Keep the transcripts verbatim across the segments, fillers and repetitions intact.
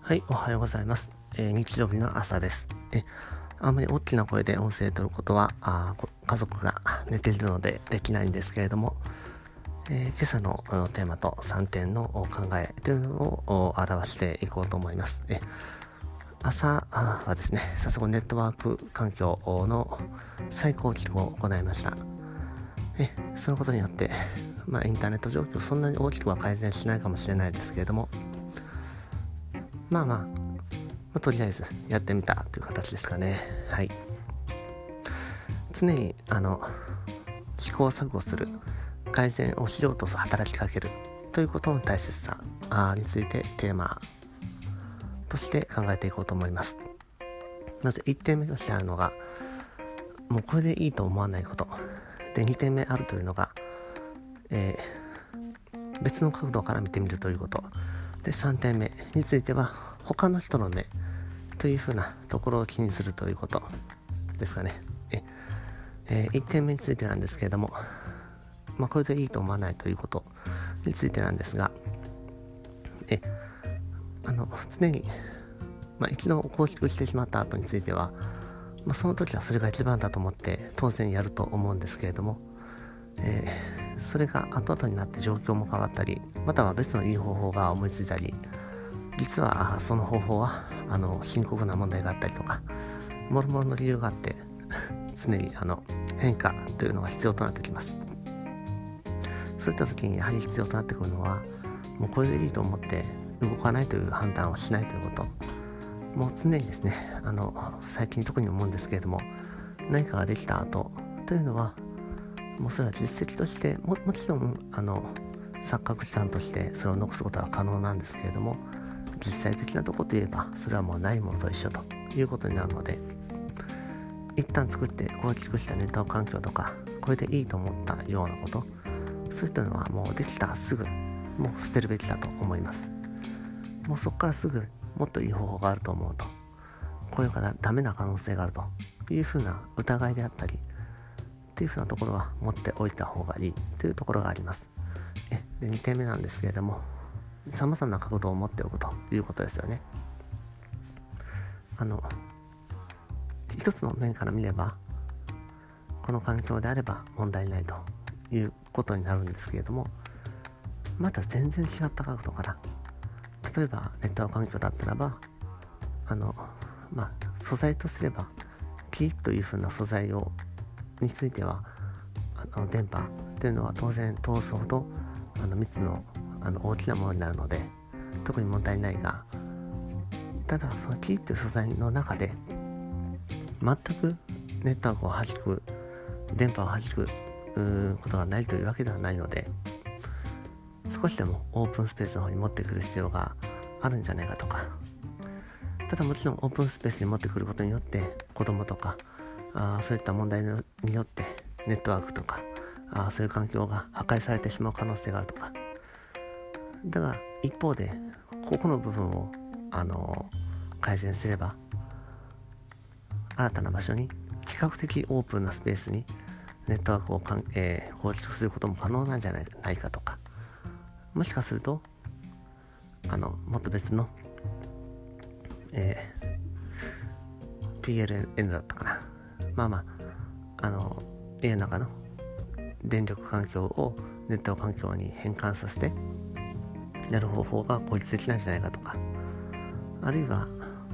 はい、おはようございます。えー、日曜日の朝です。えあまり大きな声で音声を取ることはあ家族が寝ているのでできないんですけれども、えー、今朝のテーマとさんてんの考えというのを表していこうと思います。え朝はですね、早速ネットワーク環境の再構築を行いました。えそのことによって、まあ、インターネット状況そんなに大きくは改善しないかもしれないですけれども、まあまあ、まあ、とりあえずやってみたという形ですかね。はい。常にあの試行錯誤する、改善をしようと働きかけるということの大切さについてテーマとして考えていこうと思います。まずいってんめとしてあるのが、もうこれでいいと思わないことで、にてんめあるというのが、えー、別の角度から見てみるということで、さんてんめについては他の人の目というふうなところを気にするということですかね。え、えー、いってんめについてなんですけれども、まあ、これでいいと思わないということについてなんですが、えあの常に、まあ、一度構築してしまった後については、まあ、その時はそれが一番だと思って当然やると思うんですけれども、えー、それが後々になって状況も変わったり、または別のいい方法が思いついたり、実はその方法はあの深刻な問題があったりとか、もろもろの理由があって常にあの変化というのが必要となってきます。そういった時にやはり必要となってくるのは、もうこれでいいと思って動かないという判断をしないということ。もう常にですね、あの最近特に思うんですけれども、何かができた後というのは、もうそれは実績として も, もちろんあの錯覚資産としてそれを残すことは可能なんですけれども、実際的なところといえばそれはもうないものと一緒ということになるので、一旦作って構築したネットワーク環境とか、これでいいと思ったようなこと、そういったのはもうできたらすぐもう捨てるべきだと思います。もうそこからすぐもっといい方法があると思うと、これからダメな可能性があるというふうな疑いであったりっていうふうなところは持っておいた方がいいというところがあります。えでにてんめなんですけれども、様々な角度を持っておくということですよね。あの一つの面から見ればこの環境であれば問題ないということになるんですけれども、また全然違った角度から、例えばネットワーク環境だったらば、あのまあ素材とすれば木というふうな素材をについては、あの電波というのは当然通すほどあの密のあの大きなものになるので特に問題ないが、ただその木という素材の中で全くネットワークを弾く、電波を弾くことがないというわけではないので、少しでもオープンスペースの方に持ってくる必要があるんじゃないかとか、ただもちろんオープンスペースに持ってくることによって子供とかあそういった問題によってネットワークとかあそういう環境が破壊されてしまう可能性があるとか、だが一方でここの部分をあの改善すれば新たな場所に比較的オープンなスペースにネットワークをかん、えー、構築することも可能なんじゃないかとか、もしかするとあのもっと別の、えー、ピーエルエヌ だったかな、まあまああの家の中の電力環境をネットワーク環境に変換させてやる方法が効率的なんじゃないかとか、あるいは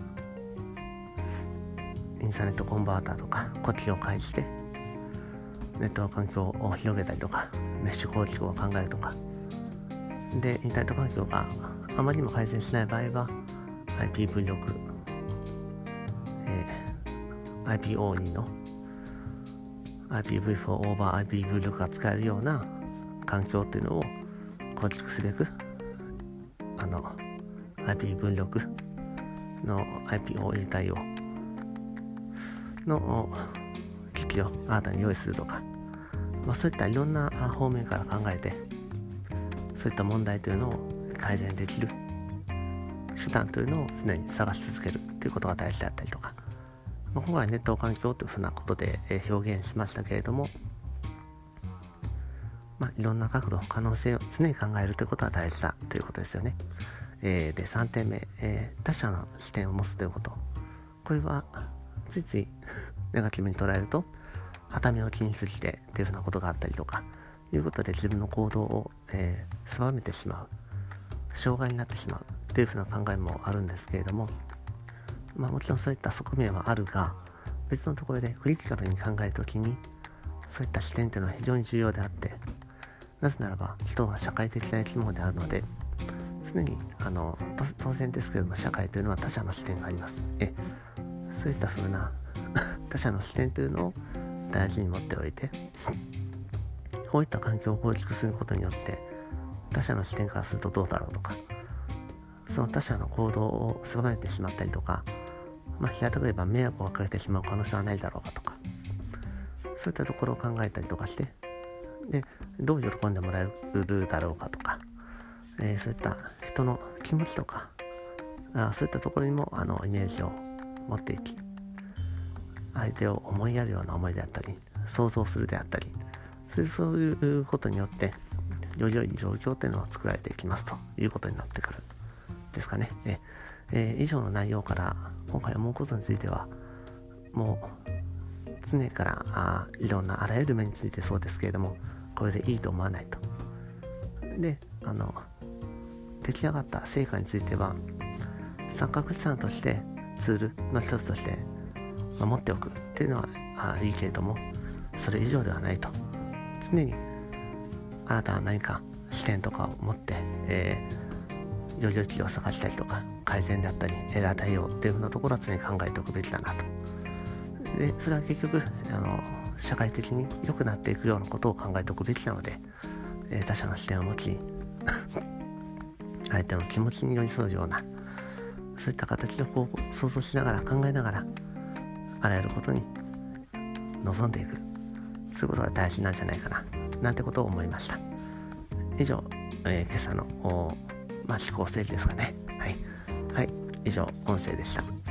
インターネットコンバーターとか呼気を介してネットワーク環境を広げたりとか、メッシュ構築を考えるとかで、インターネット環境があまりにも改善しない場合は アイピーブイろく、えー、アイピーオーツー の アイピーブイフォー オーバー アイピーブイろく が使えるような環境というのを構築すべく、あの アイピーブイろく の アイピーオーツー 対応の機器を新たに用意するとか、まあ、そういったいろんな方面から考えて、そういった問題というのを改善できる手段というのを常に探し続けるということが大事であったりとか、まあ、今回ネット環境というふうなことで表現しましたけれども、まあ、いろんな角度可能性を常に考えるということは大事だということですよね。 えー、でさんてんめ、えー、他者の視点を持つということ。これはついついネガティブに捉えると、旗目を気にすぎてっていうふうなことがあったりとかいうことで、自分の行動を、えー、狭めてしまう、障害になってしまうっていうふうな考えもあるんですけれども、まあもちろんそういった側面はあるが、別のところでクリティカルに考えるときにそういった視点というのは非常に重要であって、なぜならば人は社会的な生き物であるので、常にあの当然ですけれども、社会というのは他者の視点があります。えそういった風な他者の視点というのを大事に持っておいて、こういった環境を構築することによって、他者の視点からするとどうだろうとか、その他者の行動を狭めてしまったりとか、まあ平たく言えば迷惑をかけてしまう可能性はないだろうかとか、そういったところを考えたりとかして、でどう喜んでもらえるだろうかとか、えー、そういった人の気持ちとか、あそういったところにもあのイメージを持っていき、相手を思いやるような思いであったり、想像するであったり、そういうそういうことによってより良い状況というのを作られていきますということになってくるですかね。ええー、以上の内容から今回思うことについては、もう常からあいろんなあらゆる面についてそうですけれども、これでいいと思わないと。で、あの出来上がった成果については錯覚資産としてツールの一つとして持っておくっていうのはあいいけれども、それ以上ではないと。常にあなたは何か視点とかを持って、えー、より良い企業を探したりとか、改善であったりエラー対応っていうふうなところは常に考えておくべきだなと。でそれは結局あの社会的に良くなっていくようなことを考えておくべきなので、えー、他者の視点を持ち相手の気持ちに寄り添うような、そういった形をこう想像しながら考えながら、あらゆることに臨んでいく、そういうことが大事なんじゃないかななんてことを思いました。以上、えー、今朝のまあ思考整理ですかね。はい、はい、以上音声でした。